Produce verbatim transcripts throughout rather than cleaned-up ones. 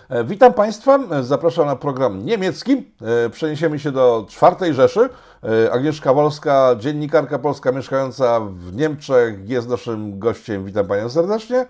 E, Witam Państwa, E, zapraszam na program niemiecki. E, Przeniesiemy się do czwartej Rzeszy. E, Agnieszka Wolska, dziennikarka polska mieszkająca w Niemczech, jest naszym gościem. Witam Panią serdecznie.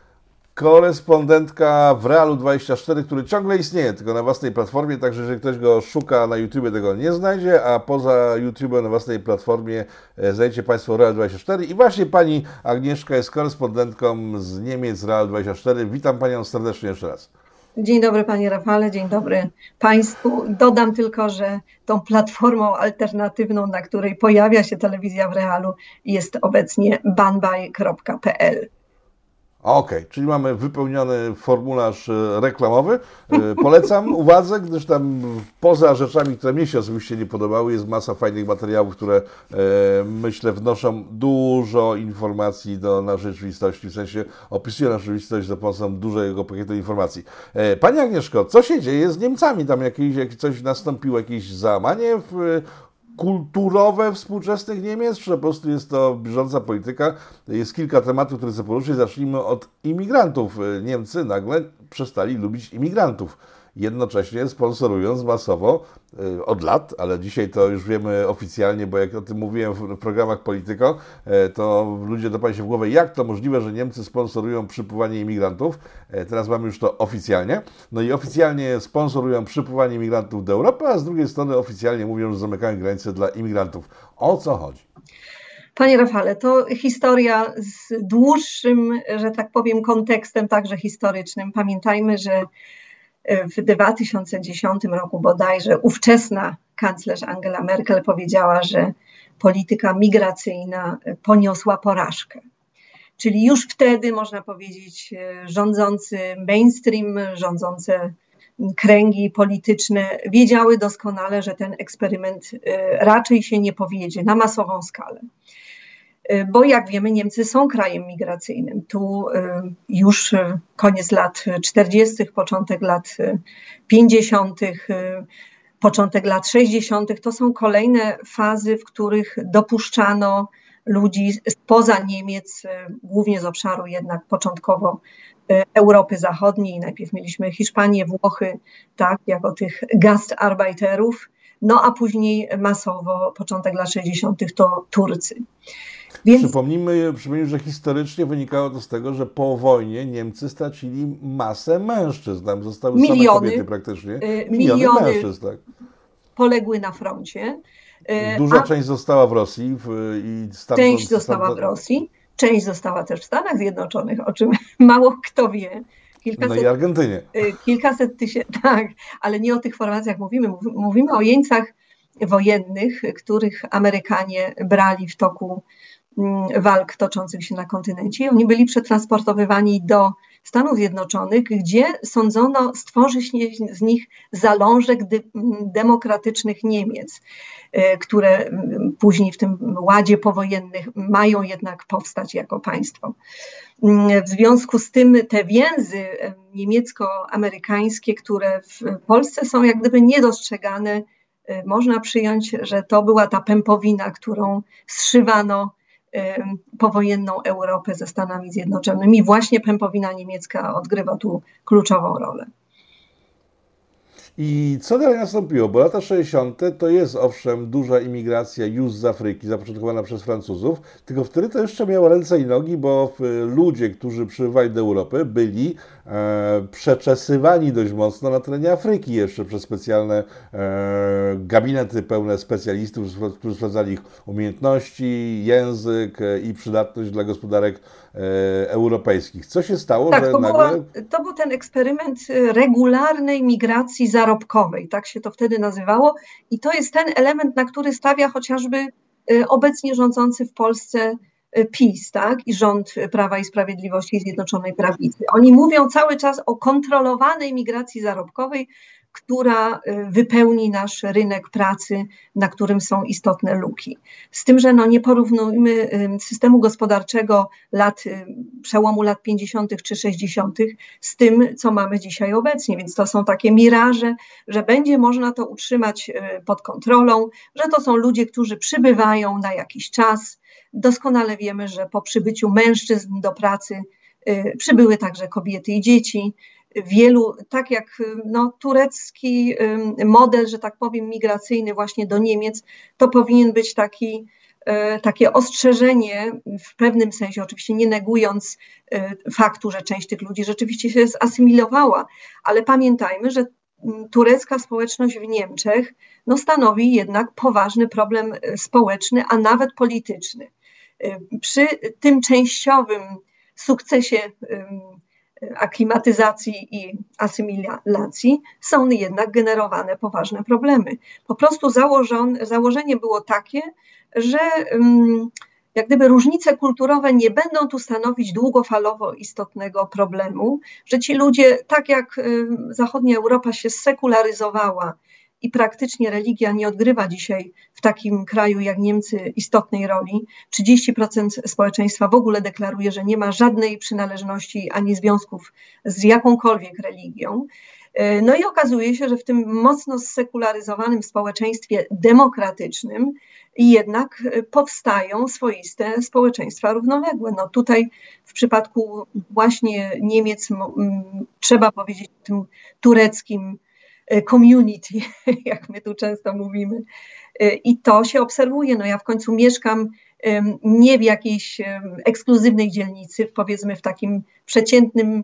Korespondentka w Realu dwadzieścia cztery, który ciągle istnieje, tylko na własnej platformie, także jeżeli ktoś go szuka na YouTubie, tego nie znajdzie, a poza YouTubem na własnej platformie e, znajdziecie Państwo Real dwadzieścia cztery. I właśnie Pani Agnieszka jest korespondentką z Niemiec Real dwadzieścia cztery. Witam Panią serdecznie jeszcze raz. Dzień dobry Panie Rafale, dzień dobry Państwu. Dodam tylko, że tą platformą alternatywną, na której pojawia się telewizja w Realu, jest obecnie banbaj kropka pe el. Okej, okay, czyli mamy wypełniony formularz reklamowy. Polecam uwadze, gdyż tam poza rzeczami, które mnie się osobiście nie podobały, jest masa fajnych materiałów, które myślę wnoszą dużo informacji do naszej rzeczywistości, w sensie opisują naszą rzeczywistość za pomocą dużego pakietu informacji. Pani Agnieszko, co się dzieje z Niemcami? Tam jakieś, jak coś nastąpiło, jakieś załamanie w kulturowe współczesnych Niemiec, czy po prostu jest to bieżąca polityka? Jest kilka tematów, które chcę poruszyć. Zacznijmy od imigrantów. Niemcy nagle przestali lubić imigrantów, jednocześnie sponsorując masowo od lat, ale dzisiaj to już wiemy oficjalnie, bo jak o tym mówiłem w programach Polityko, to ludzie dopali się w głowę, jak to możliwe, że Niemcy sponsorują przypływanie imigrantów. Teraz mamy już to oficjalnie. No i oficjalnie sponsorują przypływanie imigrantów do Europy, a z drugiej strony oficjalnie mówią, że zamykają granice dla imigrantów. O co chodzi? Panie Rafale, to historia z dłuższym, że tak powiem, kontekstem, także historycznym. Pamiętajmy, że w dwa tysiące dziesiątym roku bodajże ówczesna kanclerz Angela Merkel powiedziała, że polityka migracyjna poniosła porażkę. Czyli już wtedy, można powiedzieć, rządzący mainstream, rządzące kręgi polityczne wiedziały doskonale, że ten eksperyment raczej się nie powiedzie na masową skalę. Bo jak wiemy, Niemcy są krajem migracyjnym. Tu już koniec lat czterdziestych, początek lat pięćdziesiątych, początek lat sześćdziesiątych to są kolejne fazy, w których dopuszczano ludzi spoza Niemiec, głównie z obszaru jednak początkowo Europy Zachodniej. Najpierw mieliśmy Hiszpanię, Włochy, tak, jako tych gastarbeiterów, no a później masowo, początek lat sześćdziesiątych to Turcy. Więc... Przypomnijmy, przypomnijmy, że historycznie wynikało to z tego, że po wojnie Niemcy stracili masę mężczyzn. Tam zostały miliony, same kobiety praktycznie. Miliony, miliony mężczyzn, tak. Poległy na froncie. Duża a... część została w Rosji. W, i stamtąd, część została stamtąd... w Rosji, część została też w Stanach Zjednoczonych, o czym mało kto wie. Kilkaset, no i Argentynie. Kilkaset tysięcy, tak, ale nie o tych formacjach mówimy. Mówimy o jeńcach wojennych, których Amerykanie brali w toku walk toczących się na kontynencie. Oni byli przetransportowywani do Stanów Zjednoczonych, gdzie sądzono stworzyć z nich zalążek demokratycznych Niemiec, które później w tym ładzie powojennych mają jednak powstać jako państwo. W związku z tym te więzy niemiecko-amerykańskie, które w Polsce są jak gdyby niedostrzegane, można przyjąć, że to była ta pępowina, którą zszywano powojenną Europę ze Stanami Zjednoczonymi. Właśnie pępowina niemiecka odgrywa tu kluczową rolę. I co dalej nastąpiło? Bo lata sześćdziesiąte to jest owszem duża imigracja już z Afryki, zapoczątkowana przez Francuzów, tylko wtedy to jeszcze miało ręce i nogi, bo ludzie, którzy przybywali do Europy, byli e, przeczesywani dość mocno na terenie Afryki jeszcze przez specjalne e, gabinety pełne specjalistów, którzy sprawdzali ich umiejętności, język e, i przydatność dla gospodarek e, europejskich. Co się stało, tak, że to nagle... Była, to był ten eksperyment regularnej migracji zarobkowej, tak się to wtedy nazywało i to jest ten element, na który stawia chociażby obecnie rządzący w Polsce PiS, tak, i rząd Prawa i Sprawiedliwości i Zjednoczonej Prawicy. Oni mówią cały czas o kontrolowanej migracji zarobkowej, która wypełni nasz rynek pracy, na którym są istotne luki. Z tym, że no nie porównujmy systemu gospodarczego lat, przełomu lat pięćdziesiątych czy sześćdziesiątych z tym, co mamy dzisiaj obecnie. Więc to są takie miraże, że będzie można to utrzymać pod kontrolą, że to są ludzie, którzy przybywają na jakiś czas. Doskonale wiemy, że po przybyciu mężczyzn do pracy przybyły także kobiety i dzieci. wielu, tak jak no, turecki model, że tak powiem, migracyjny właśnie do Niemiec, to powinien być taki, takie ostrzeżenie w pewnym sensie, oczywiście nie negując faktu, że część tych ludzi rzeczywiście się zasymilowała, ale pamiętajmy, że turecka społeczność w Niemczech no, stanowi jednak poważny problem społeczny, a nawet polityczny. Przy tym częściowym sukcesie aklimatyzacji i asymilacji są jednak generowane poważne problemy. Po prostu założone, założenie było takie, że jak gdyby różnice kulturowe nie będą tu stanowić długofalowo istotnego problemu, że ci ludzie, tak jak zachodnia Europa się sekularyzowała i praktycznie religia nie odgrywa dzisiaj w takim kraju jak Niemcy istotnej roli. trzydzieści procent społeczeństwa w ogóle deklaruje, że nie ma żadnej przynależności ani związków z jakąkolwiek religią. No i okazuje się, że w tym mocno zsekularyzowanym społeczeństwie demokratycznym jednak powstają swoiste społeczeństwa równoległe. No tutaj w przypadku właśnie Niemiec trzeba powiedzieć o tym tureckim community, jak my tu często mówimy. I to się obserwuje. No ja w końcu mieszkam nie w jakiejś ekskluzywnej dzielnicy, powiedzmy w takim przeciętnym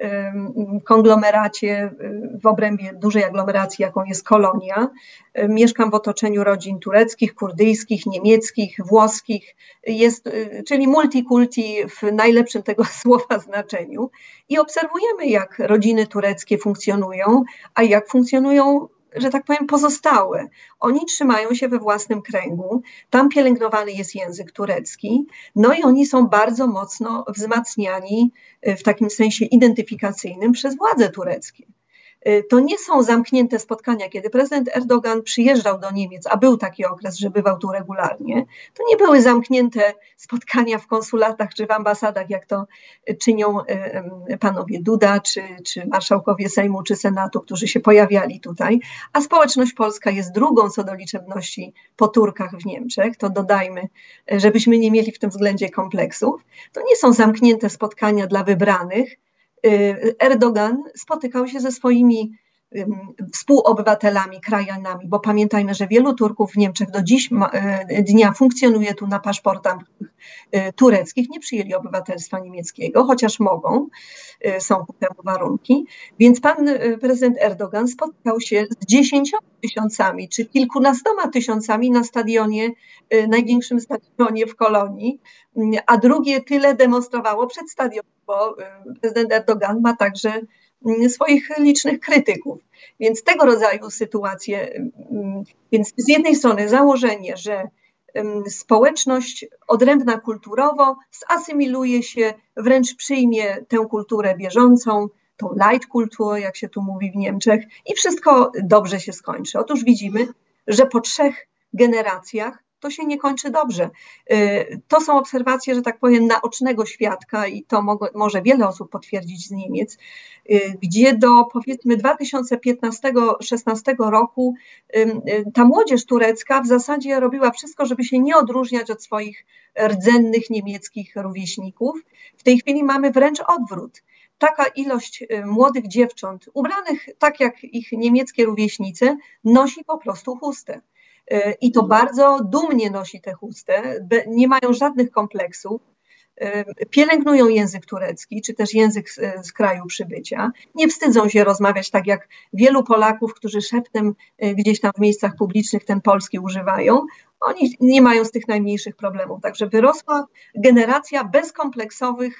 konglomeracie, w obrębie dużej aglomeracji, jaką jest Kolonia. Mieszkam w otoczeniu rodzin tureckich, kurdyjskich, niemieckich, włoskich, jest, czyli multikulti w najlepszym tego słowa znaczeniu. I obserwujemy, jak rodziny tureckie funkcjonują, a jak funkcjonują, że tak powiem, pozostałe. Oni trzymają się we własnym kręgu, tam pielęgnowany jest język turecki, no i oni są bardzo mocno wzmacniani w takim sensie identyfikacyjnym przez władze tureckie. To nie są zamknięte spotkania. Kiedy prezydent Erdogan przyjeżdżał do Niemiec, a był taki okres, że bywał tu regularnie, to nie były zamknięte spotkania w konsulatach czy w ambasadach, jak to czynią panowie Duda, czy, czy marszałkowie Sejmu, czy Senatu, którzy się pojawiali tutaj, a społeczność polska jest drugą co do liczebności po Turkach w Niemczech, to dodajmy, żebyśmy nie mieli w tym względzie kompleksów. To nie są zamknięte spotkania dla wybranych. Erdogan spotykał się ze swoimi współobywatelami, krajanami, bo pamiętajmy, że wielu Turków w Niemczech do dziś dnia funkcjonuje tu na paszportach tureckich, nie przyjęli obywatelstwa niemieckiego, chociaż mogą, są ku temu warunki. Więc pan prezydent Erdogan spotkał się z dziesięcioma tysiącami czy kilkunastoma tysiącami na stadionie, największym stadionie w Kolonii, a drugie tyle demonstrowało przed stadionem, bo prezydent Erdogan ma także swoich licznych krytyków. Więc tego rodzaju sytuacje, więc z jednej strony założenie, że społeczność odrębna kulturowo zasymiluje się, wręcz przyjmie tę kulturę bieżącą, tą Leitkultur, jak się tu mówi w Niemczech, i wszystko dobrze się skończy. Otóż widzimy, że po trzech generacjach to się nie kończy dobrze. To są obserwacje, że tak powiem, naocznego świadka i to mo- może wiele osób potwierdzić z Niemiec, gdzie do powiedzmy dwa tysiące piętnastego szesnastego roku ta młodzież turecka w zasadzie robiła wszystko, żeby się nie odróżniać od swoich rdzennych niemieckich rówieśników. W tej chwili mamy wręcz odwrót. Taka ilość młodych dziewcząt ubranych tak jak ich niemieckie rówieśnice nosi po prostu chustę. I to bardzo dumnie nosi tę chustę, nie mają żadnych kompleksów, pielęgnują język turecki, czy też język z, z kraju przybycia, nie wstydzą się rozmawiać tak jak wielu Polaków, którzy szeptem gdzieś tam w miejscach publicznych ten polski używają, oni nie mają z tych najmniejszych problemów. Także wyrosła generacja bezkompleksowych,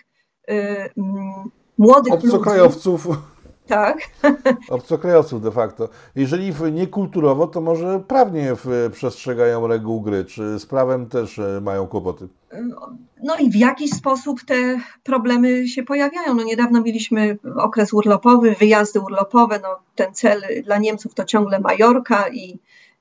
młodych obcokrajowców. Ludzi. Tak. Obcokrajowców de facto. Jeżeli niekulturowo, to może prawnie przestrzegają reguł gry, czy z prawem też mają kłopoty? No i w jakiś sposób te problemy się pojawiają. No niedawno mieliśmy okres urlopowy, wyjazdy urlopowe, no ten cel dla Niemców to ciągle Majorka i,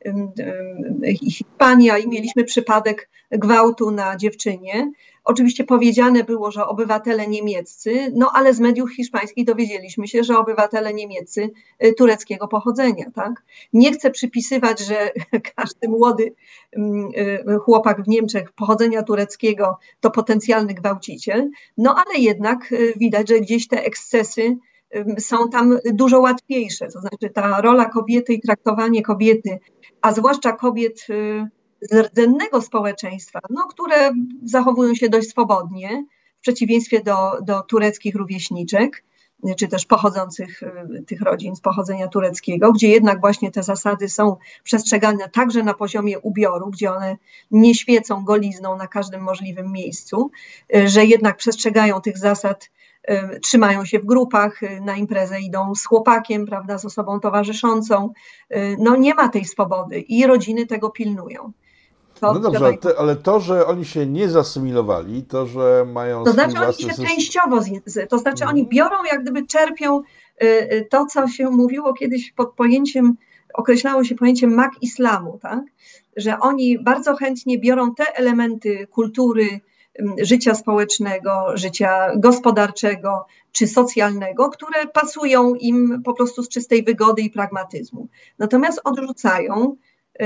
i Hiszpania i mieliśmy przypadek gwałtu na dziewczynie. Oczywiście powiedziane było, że obywatele niemieccy, no ale z mediów hiszpańskich dowiedzieliśmy się, że obywatele niemieccy tureckiego pochodzenia, tak? Nie chcę przypisywać, że każdy młody chłopak w Niemczech pochodzenia tureckiego to potencjalny gwałciciel, no ale jednak widać, że gdzieś te ekscesy są tam dużo łatwiejsze, to znaczy ta rola kobiety i traktowanie kobiety, a zwłaszcza kobiet z rdzennego społeczeństwa, no, które zachowują się dość swobodnie, w przeciwieństwie do, do tureckich rówieśniczek, czy też pochodzących tych rodzin z pochodzenia tureckiego, gdzie jednak właśnie te zasady są przestrzegane także na poziomie ubioru, gdzie one nie świecą golizną na każdym możliwym miejscu, że jednak przestrzegają tych zasad, trzymają się w grupach, na imprezę idą z chłopakiem, prawda, z osobą towarzyszącą. No nie ma tej swobody i rodziny tego pilnują. To no dobrze, ale, te, ale to, że oni się nie zasymilowali, to, że mają... To znaczy oni się system... częściowo, to znaczy oni biorą, jak gdyby czerpią to, co się mówiło kiedyś pod pojęciem, określało się pojęciem mak islamu, tak? Że oni bardzo chętnie biorą te elementy kultury, życia społecznego, życia gospodarczego czy socjalnego, które pasują im po prostu z czystej wygody i pragmatyzmu. Natomiast odrzucają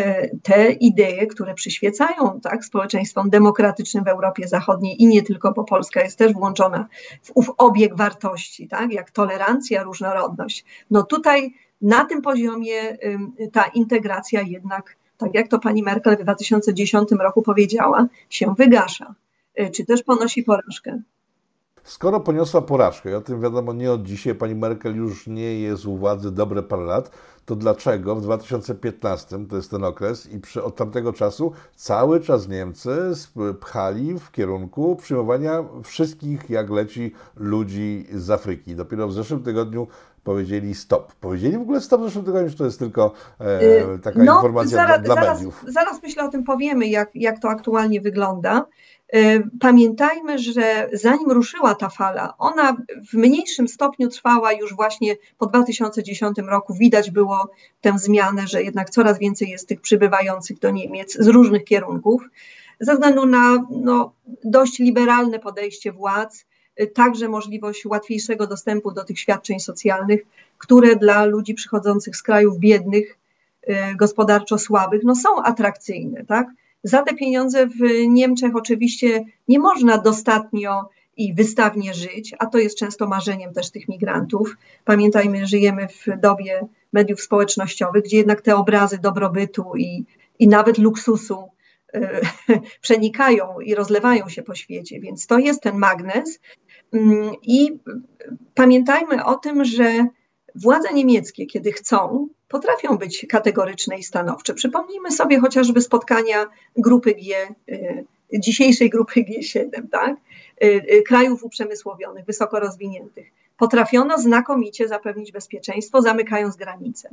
te idee, które przyświecają, tak, społeczeństwom demokratycznym w Europie Zachodniej i nie tylko, bo Polska jest też włączona w ów obieg wartości, tak, jak tolerancja, różnorodność. No tutaj na tym poziomie ta integracja jednak, tak jak to pani Merkel w dwa tysiące dziesiątym roku powiedziała, się wygasza, czy też ponosi porażkę. Skoro poniosła porażkę, i o tym wiadomo nie od dzisiaj, pani Merkel już nie jest u władzy dobre parę lat, to dlaczego w dwa tysiące piętnastym, to jest ten okres, i przy, od tamtego czasu cały czas Niemcy pchali w kierunku przyjmowania wszystkich, jak leci, ludzi z Afryki. Dopiero w zeszłym tygodniu powiedzieli stop. Powiedzieli w ogóle stop w zeszłym tygodniu, czy to jest tylko e, taka no, informacja zaraz, dla, dla zaraz, mediów? Zaraz myślę o tym powiemy, jak, jak to aktualnie wygląda. Pamiętajmy, że zanim ruszyła ta fala, ona w mniejszym stopniu trwała już właśnie po dwa tysiące dziesiątym roku. Widać było tę zmianę, że jednak coraz więcej jest tych przybywających do Niemiec z różnych kierunków, ze względu na no, dość liberalne podejście władz, także możliwość łatwiejszego dostępu do tych świadczeń socjalnych, które dla ludzi przychodzących z krajów biednych, gospodarczo słabych, no są atrakcyjne, tak? Za te pieniądze w Niemczech oczywiście nie można dostatnio i wystawnie żyć, a to jest często marzeniem też tych migrantów. Pamiętajmy, żyjemy w dobie mediów społecznościowych, gdzie jednak te obrazy dobrobytu i, i nawet luksusu y, przenikają i rozlewają się po świecie, więc to jest ten magnes. Y, I pamiętajmy o tym, że władze niemieckie, kiedy chcą, potrafią być kategoryczne i stanowcze. Przypomnijmy sobie chociażby spotkania grupy G, dzisiejszej grupy G siedem, tak? Krajów uprzemysłowionych, wysoko rozwiniętych. Potrafiono znakomicie zapewnić bezpieczeństwo, zamykając granice.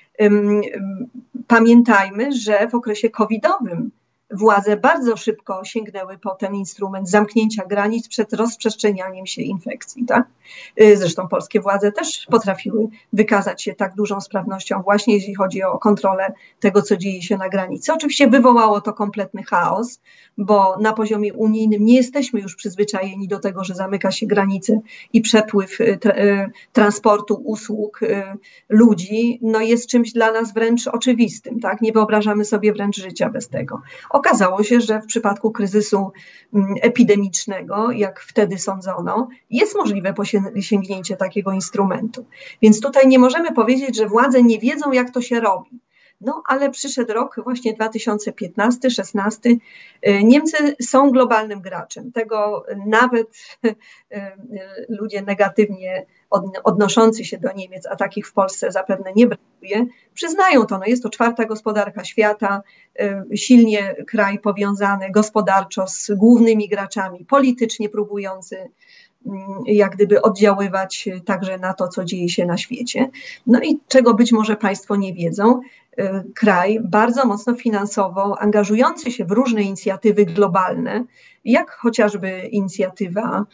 Pamiętajmy, że w okresie covidowym władze bardzo szybko sięgnęły po ten instrument zamknięcia granic przed rozprzestrzenianiem się infekcji. Tak? Zresztą polskie władze też potrafiły wykazać się tak dużą sprawnością właśnie jeśli chodzi o kontrolę tego, co dzieje się na granicy. Oczywiście wywołało to kompletny chaos, bo na poziomie unijnym nie jesteśmy już przyzwyczajeni do tego, że zamyka się granice i przepływ tra- transportu, usług, ludzi no jest czymś dla nas wręcz oczywistym. Tak? Nie wyobrażamy sobie wręcz życia bez tego. Okazało się, że w przypadku kryzysu epidemicznego, jak wtedy sądzono, jest możliwe sięgnięcie takiego instrumentu. Więc tutaj nie możemy powiedzieć, że władze nie wiedzą, jak to się robi. No, ale przyszedł rok właśnie dwa tysiące piętnasty szesnasty. Niemcy są globalnym graczem. Tego nawet ludzie negatywnie odnoszący się do Niemiec, a takich w Polsce zapewne nie brakuje, przyznają to. No jest to czwarta gospodarka świata, silnie kraj powiązany gospodarczo z głównymi graczami, politycznie próbujący jak gdyby oddziaływać także na to, co dzieje się na świecie. No i czego być może Państwo nie wiedzą, kraj bardzo mocno finansowo angażujący się w różne inicjatywy globalne, jak chociażby inicjatywa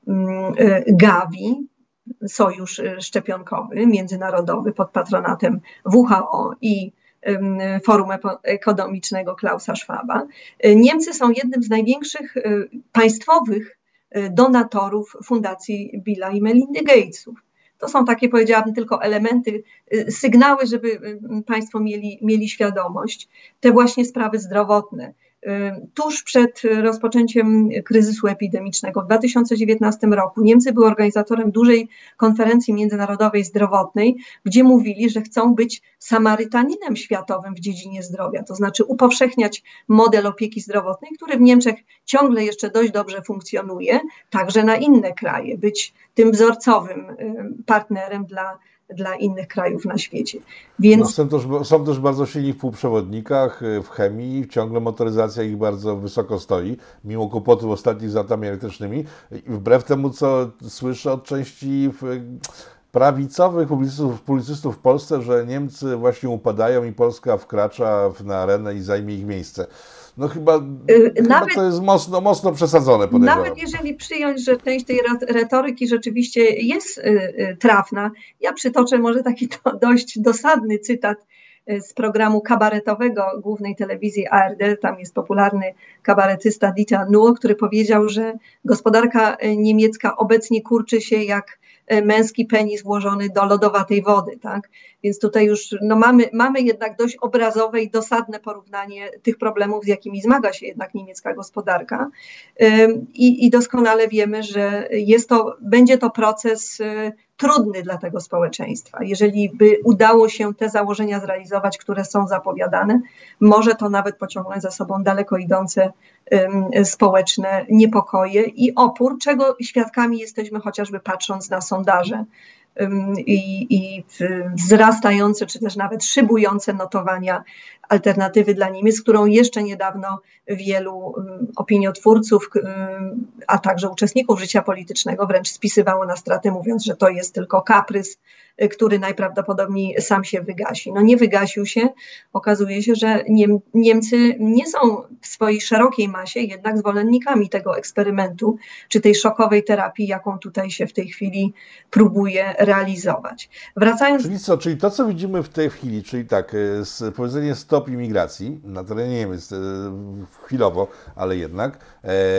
Gavi, sojusz szczepionkowy, międzynarodowy pod patronatem W H O i Forum Ekonomicznego Klausa Schwaba. Niemcy są jednym z największych państwowych donatorów fundacji Billa i Melindy Gatesów. To są takie, powiedziałabym, tylko elementy, sygnały, żeby Państwo mieli, mieli świadomość. Te właśnie sprawy zdrowotne, Tuż przed rozpoczęciem kryzysu epidemicznego w dwa tysiące dziewiętnastym roku Niemcy były organizatorem dużej konferencji międzynarodowej zdrowotnej, gdzie mówili, że chcą być Samarytaninem światowym w dziedzinie zdrowia, to znaczy upowszechniać model opieki zdrowotnej, który w Niemczech ciągle jeszcze dość dobrze funkcjonuje, także na inne kraje, być tym wzorcowym partnerem dla dla innych krajów na świecie. Więc... No, są, też, są też bardzo silni w półprzewodnikach, w chemii, ciągle motoryzacja ich bardzo wysoko stoi, mimo kłopotów ostatnich z autami elektrycznymi. I wbrew temu, co słyszę od części prawicowych publicystów, publicystów w Polsce, że Niemcy właśnie upadają i Polska wkracza na arenę i zajmie ich miejsce. No chyba, nawet, chyba to jest mocno, mocno przesadzone, podejrzewam. Nawet jeżeli przyjąć, że część tej retoryki rzeczywiście jest trafna, ja przytoczę może taki dość dosadny cytat z programu kabaretowego głównej telewizji A R D. Tam jest popularny kabaretysta Dieter Nuhr, który powiedział, że gospodarka niemiecka obecnie kurczy się jak męski penis włożony do lodowatej wody, tak? Więc tutaj już no mamy, mamy jednak dość obrazowe i dosadne porównanie tych problemów, z jakimi zmaga się jednak niemiecka gospodarka. I, i doskonale wiemy, że jest to, będzie to proces trudny dla tego społeczeństwa. Jeżeli by udało się te założenia zrealizować, które są zapowiadane, może to nawet pociągnąć za sobą daleko idące um, społeczne niepokoje i opór, czego świadkami jesteśmy chociażby patrząc na sondaże um, i, i wzrastające, czy też nawet szybujące notowania Alternatywy dla Niemiec, którą jeszcze niedawno wielu um, opiniotwórców, um, a także uczestników życia politycznego wręcz spisywało na stratę, mówiąc, że to jest tylko kaprys, który najprawdopodobniej sam się wygasi. No nie wygasił się. Okazuje się, że Niem- Niemcy nie są w swojej szerokiej masie jednak zwolennikami tego eksperymentu, czy tej szokowej terapii, jaką tutaj się w tej chwili próbuje realizować. Wracając... Czyli co, czyli to, co widzimy w tej chwili, czyli tak, powiedzenie stop imigracji na terenie Niemiec, chwilowo, ale jednak, e,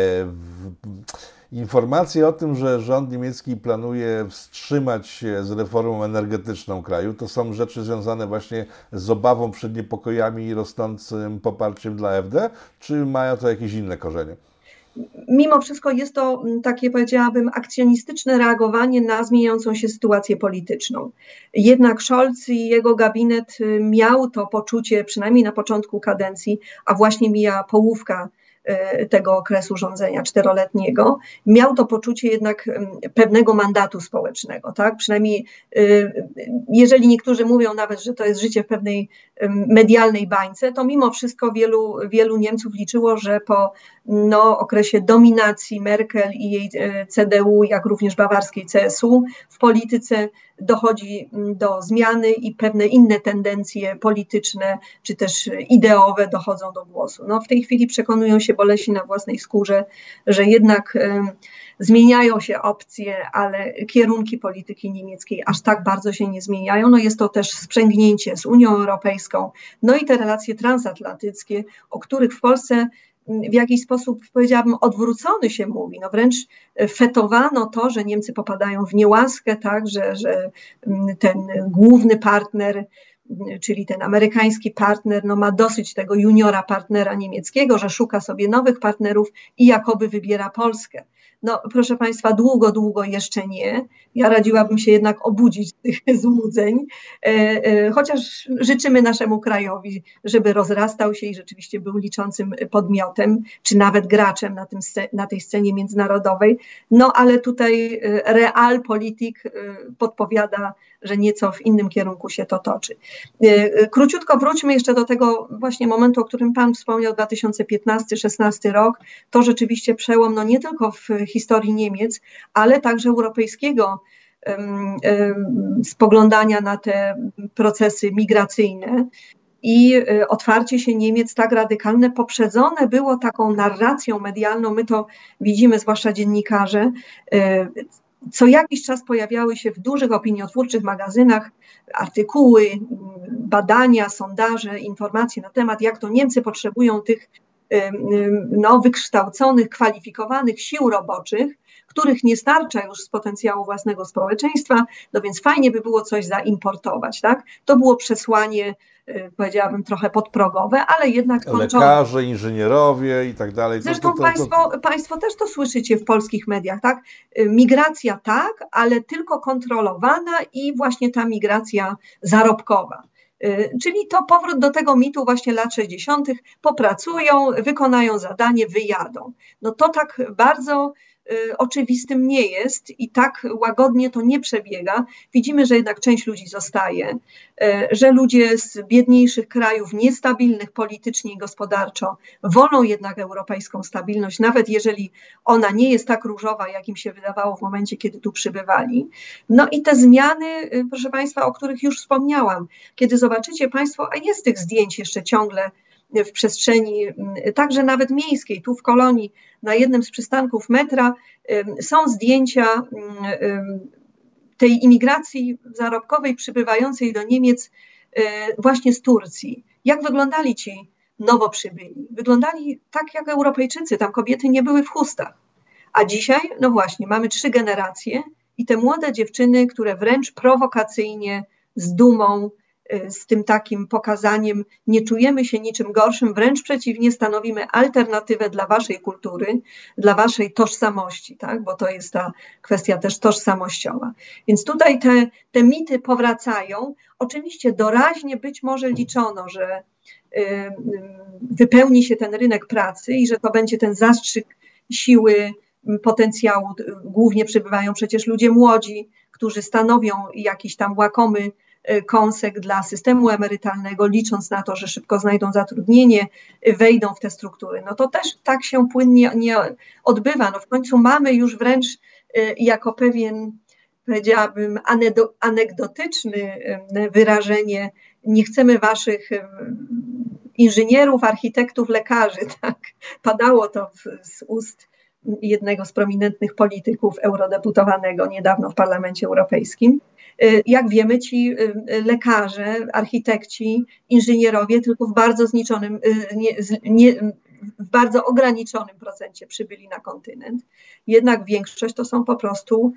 w, informacje o tym, że rząd niemiecki planuje wstrzymać się z reformą energetyczną kraju, to są rzeczy związane właśnie z obawą przed niepokojami i rosnącym poparciem dla A F D, czy mają to jakieś inne korzenie? Mimo wszystko jest to takie, powiedziałabym, akcjonistyczne reagowanie na zmieniającą się sytuację polityczną. Jednak Scholz i jego gabinet miał to poczucie, przynajmniej na początku kadencji, a właśnie mija połówka tego okresu rządzenia czteroletniego, miał to poczucie jednak pewnego mandatu społecznego, tak? Przynajmniej jeżeli niektórzy mówią nawet, że to jest życie w pewnej medialnej bańce, to mimo wszystko wielu, wielu Niemców liczyło, że po no, okresie dominacji Merkel i jej C D U, jak również bawarskiej C S U w polityce dochodzi do zmiany i pewne inne tendencje polityczne czy też ideowe dochodzą do głosu. No, w tej chwili przekonują się bolesi na własnej skórze, że jednak y, zmieniają się opcje, ale kierunki polityki niemieckiej aż tak bardzo się nie zmieniają. No, jest to też sprzęgnięcie z Unią Europejską, no i te relacje transatlantyckie, o których w Polsce w jakiś sposób, powiedziałabym, odwrócony się mówi. No wręcz fetowano to, że Niemcy popadają w niełaskę, tak, że, że ten główny partner, czyli ten amerykański partner, no ma dosyć tego juniora partnera niemieckiego, że szuka sobie nowych partnerów i jakoby wybiera Polskę. No proszę Państwa, długo, długo jeszcze nie. Ja radziłabym się jednak obudzić z tych złudzeń, chociaż życzymy naszemu krajowi, żeby rozrastał się i rzeczywiście był liczącym podmiotem, czy nawet graczem na, tym, na tej scenie międzynarodowej. No ale tutaj realpolitik podpowiada, że nieco w innym kierunku się to toczy. Króciutko wróćmy jeszcze do tego właśnie momentu, o którym Pan wspomniał, dwa tysiące piętnasty szesnasty rok. To rzeczywiście przełom, no nie tylko w historii Niemiec, ale także europejskiego um, um, spoglądania na te procesy migracyjne. I otwarcie się Niemiec tak radykalne poprzedzone było taką narracją medialną, my to widzimy, zwłaszcza dziennikarze. Co jakiś czas pojawiały się w dużych opiniotwórczych magazynach artykuły, badania, sondaże, informacje na temat, jak to Niemcy potrzebują tych no, wykształconych, kwalifikowanych sił roboczych, których nie starcza już z potencjału własnego społeczeństwa, no więc fajnie by było coś zaimportować, tak? To było przesłanie, powiedziałabym, trochę podprogowe, ale jednak kończące. Lekarze, inżynierowie i tak dalej. Zresztą to, to, to, państwo, państwo też to słyszycie w polskich mediach, tak? Migracja tak, ale tylko kontrolowana i właśnie ta migracja zarobkowa. Czyli to powrót do tego mitu właśnie lat sześćdziesiątych. Popracują, wykonają zadanie, wyjadą. No to tak bardzo oczywistym nie jest i tak łagodnie to nie przebiega. Widzimy, że jednak część ludzi zostaje, że ludzie z biedniejszych krajów, niestabilnych politycznie i gospodarczo, wolą jednak europejską stabilność, nawet jeżeli ona nie jest tak różowa, jak im się wydawało w momencie, kiedy tu przybywali. No i te zmiany, proszę Państwa, o których już wspomniałam, kiedy zobaczycie Państwo, a jest tych zdjęć jeszcze ciągle w przestrzeni także nawet miejskiej, tu w Kolonii, na jednym z przystanków metra są zdjęcia tej imigracji zarobkowej przybywającej do Niemiec właśnie z Turcji. Jak wyglądali ci nowo przybyli? Wyglądali tak jak Europejczycy, tam kobiety nie były w chustach. A dzisiaj, no właśnie, mamy trzy generacje i te młode dziewczyny, które wręcz prowokacyjnie, z dumą, z tym takim pokazaniem, nie czujemy się niczym gorszym, wręcz przeciwnie, stanowimy alternatywę dla waszej kultury, dla waszej tożsamości, tak? Bo to jest ta kwestia też tożsamościowa. Więc tutaj te, te mity powracają. Oczywiście doraźnie być może liczono, że y, y, wypełni się ten rynek pracy i że to będzie ten zastrzyk siły, potencjału. Głównie przybywają przecież ludzie młodzi, którzy stanowią jakiś tam łakomy kąsek dla systemu emerytalnego, licząc na to, że szybko znajdą zatrudnienie, wejdą w te struktury. No to też tak się płynnie nie odbywa. No w końcu mamy już wręcz jako pewien, powiedziałabym, anegdotyczny wyrażenie, nie chcemy waszych inżynierów, architektów, lekarzy. Tak? Padało to z ust jednego z prominentnych polityków eurodeputowanego niedawno w Parlamencie Europejskim. Jak wiemy, ci lekarze, architekci, inżynierowie tylko w bardzo zniczonym, nie, nie, w bardzo ograniczonym procencie przybyli na kontynent. Jednak większość to są po prostu,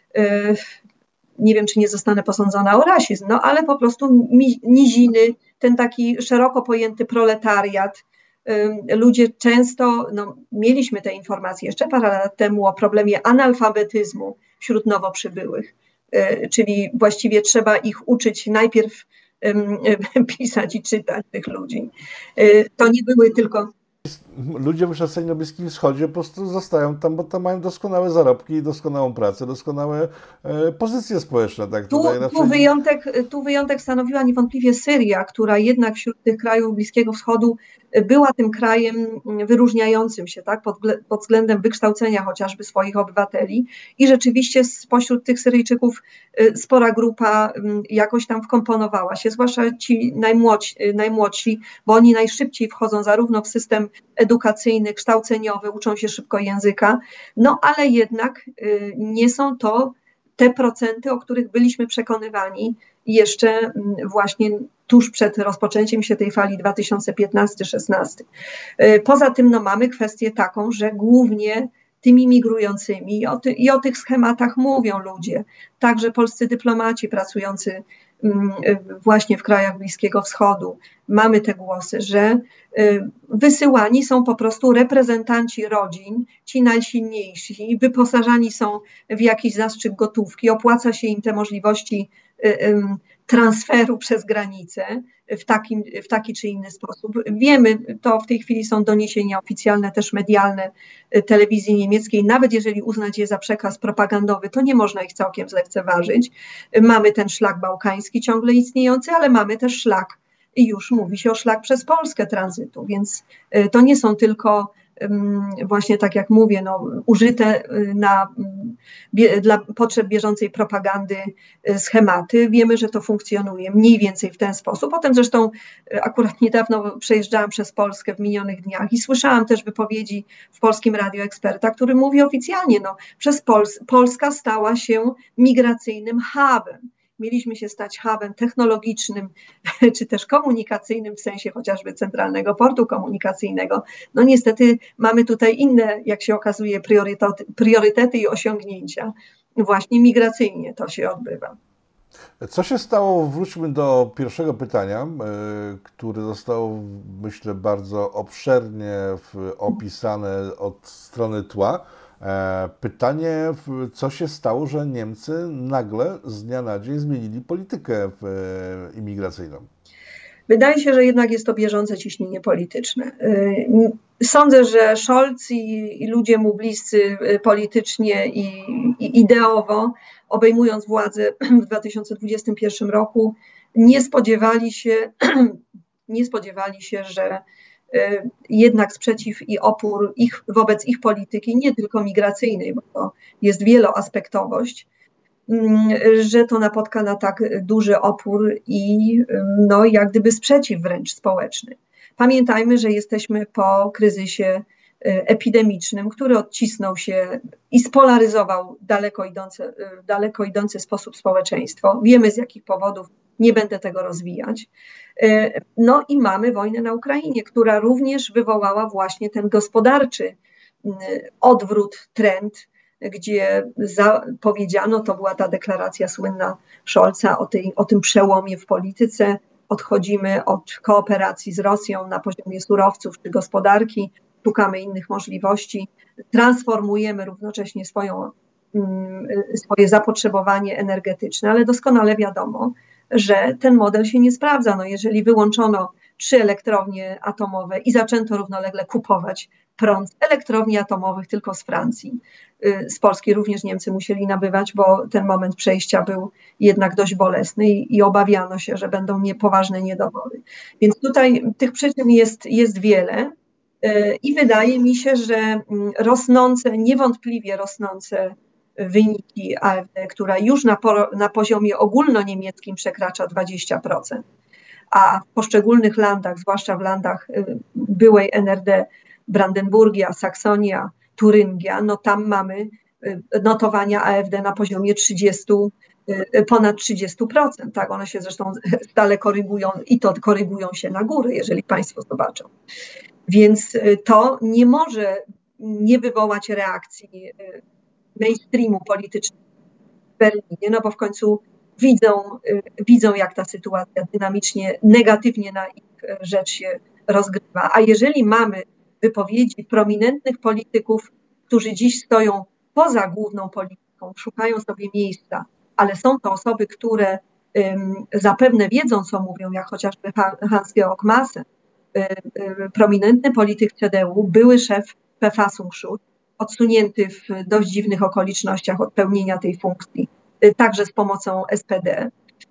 nie wiem, czy nie zostanę posądzona o rasizm, no ale po prostu niziny, ten taki szeroko pojęty proletariat. Ludzie często, no, mieliśmy te informacje jeszcze parę lat temu o problemie analfabetyzmu wśród nowo przybyłych, czyli właściwie trzeba ich uczyć najpierw pisać i czytać, tych ludzi. To nie były tylko... Ludzie wykształceni na Bliskim Wschodzie po prostu zostają tam, bo tam mają doskonałe zarobki, doskonałą pracę, doskonałe e, pozycje społeczne. Tak? Tu, Tutaj tu, raczej... wyjątek, tu wyjątek stanowiła niewątpliwie Syria, która jednak wśród tych krajów Bliskiego Wschodu była tym krajem wyróżniającym się, tak, pod, pod względem wykształcenia chociażby swoich obywateli i rzeczywiście spośród tych Syryjczyków spora grupa jakoś tam wkomponowała się, zwłaszcza ci najmłodsi, najmłodsi, bo oni najszybciej wchodzą zarówno w system edukacyjny, kształceniowy, uczą się szybko języka, no ale jednak nie są to te procenty, o których byliśmy przekonywani jeszcze właśnie tuż przed rozpoczęciem się tej fali dwa tysiące piętnasty szesnasty. Poza tym no, mamy kwestię taką, że głównie tymi migrującymi i o, ty, i o tych schematach mówią ludzie, także polscy dyplomaci pracujący właśnie w krajach Bliskiego Wschodu. Mamy te głosy, że wysyłani są po prostu reprezentanci rodzin, ci najsilniejsi, wyposażani są w jakiś zastrzyk gotówki, opłaca się im te możliwości transferu przez granicę w, takim, w taki czy inny sposób. Wiemy, to w tej chwili są doniesienia oficjalne, też medialne telewizji niemieckiej, nawet jeżeli uznać je za przekaz propagandowy, to nie można ich całkiem zlekceważyć. Mamy ten szlak bałkański ciągle istniejący, ale mamy też szlak, i już mówi się o szlak przez Polskę tranzytu, więc to nie są tylko właśnie tak jak mówię, no, użyte na, dla potrzeb bieżącej propagandy schematy. Wiemy, że to funkcjonuje mniej więcej w ten sposób. Potem zresztą akurat niedawno przejeżdżałam przez Polskę w minionych dniach i słyszałam też wypowiedzi w Polskim Radiu eksperta, który mówi oficjalnie, no, przez Pols- Polska stała się migracyjnym hubem. mieliśmy się stać hubem technologicznym, czy też komunikacyjnym w sensie chociażby centralnego portu komunikacyjnego. No niestety mamy tutaj inne, jak się okazuje, priorytety, priorytety i osiągnięcia. Właśnie migracyjnie to się odbywa. Co się stało, wróćmy do pierwszego pytania, które zostało, myślę, bardzo obszernie opisane od strony tła. Pytanie, co się stało, że Niemcy nagle z dnia na dzień zmienili politykę imigracyjną? Wydaje się, że jednak jest to bieżące ciśnienie polityczne. Sądzę, że Scholz i, i ludzie mu bliscy politycznie i, i ideowo, obejmując władzę w dwa tysiące dwudziestym pierwszym roku, nie spodziewali się, nie spodziewali się, że jednak sprzeciw i opór ich, wobec ich polityki, nie tylko migracyjnej, bo to jest wieloaspektowość, że to napotka na tak duży opór i no, jak gdyby sprzeciw wręcz społeczny. Pamiętajmy, że jesteśmy po kryzysie epidemicznym, który odcisnął się i spolaryzował daleko idące, w daleko idący sposób społeczeństwo. Wiemy z jakich powodów, nie będę tego rozwijać. No i mamy wojnę na Ukrainie, która również wywołała właśnie ten gospodarczy odwrót, trend, gdzie zapowiedziano, to była ta deklaracja słynna Scholza o, tej, o tym przełomie w polityce. Odchodzimy od kooperacji z Rosją na poziomie surowców czy gospodarki, szukamy innych możliwości, transformujemy równocześnie swoją, swoje zapotrzebowanie energetyczne, ale doskonale wiadomo, że ten model się nie sprawdza. No jeżeli wyłączono trzy elektrownie atomowe i zaczęto równolegle kupować prąd z elektrowni atomowych tylko z Francji. Z Polski również Niemcy musieli nabywać, bo ten moment przejścia był jednak dość bolesny i, i obawiano się, że będą niepoważne niedobory. Więc tutaj tych przyczyn jest, jest wiele i wydaje mi się, że rosnące, niewątpliwie rosnące wyniki A F D, która już na, po, na poziomie ogólnoniemieckim przekracza dwadzieścia procent, a w poszczególnych landach, zwłaszcza w landach byłej N R D, Brandenburgia, Saksonia, Turyngia, no tam mamy notowania A F D na poziomie trzydzieści, ponad trzydzieści procent. Tak, one się zresztą stale korygują i to korygują się na górę, jeżeli Państwo zobaczą. Więc to nie może nie wywołać reakcji mainstreamu politycznego w Berlinie, no bo w końcu widzą, widzą jak ta sytuacja dynamicznie, negatywnie na ich rzecz się rozgrywa. A jeżeli mamy wypowiedzi prominentnych polityków, którzy dziś stoją poza główną polityką, szukają sobie miejsca, ale są to osoby, które um, zapewne wiedzą, co mówią, jak chociażby Hans-Georg Maaßen, um, um, prominentny polityk C D U, były szef Verfassungsschutz, odsunięty w dość dziwnych okolicznościach od pełnienia tej funkcji, także z pomocą S P D,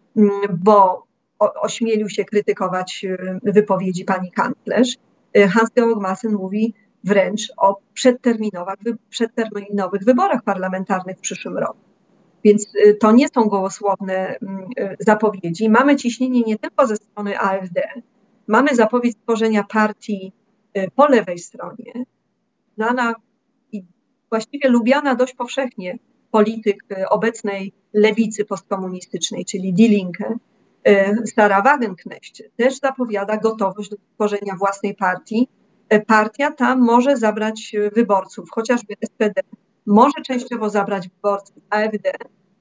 bo ośmielił się krytykować wypowiedzi pani kanclerz. Hans-Georg Maaßen mówi wręcz o przedterminowych, przedterminowych wyborach parlamentarnych w przyszłym roku. Więc to nie są gołosłowne zapowiedzi. Mamy ciśnienie nie tylko ze strony A F D, mamy zapowiedź stworzenia partii po lewej stronie, znana i właściwie lubiana dość powszechnie polityk obecnej lewicy postkomunistycznej, czyli Die Linke, Sarah Wagenknecht, też zapowiada gotowość do tworzenia własnej partii. Partia ta może zabrać wyborców, chociażby S P D, może częściowo zabrać wyborców A F D.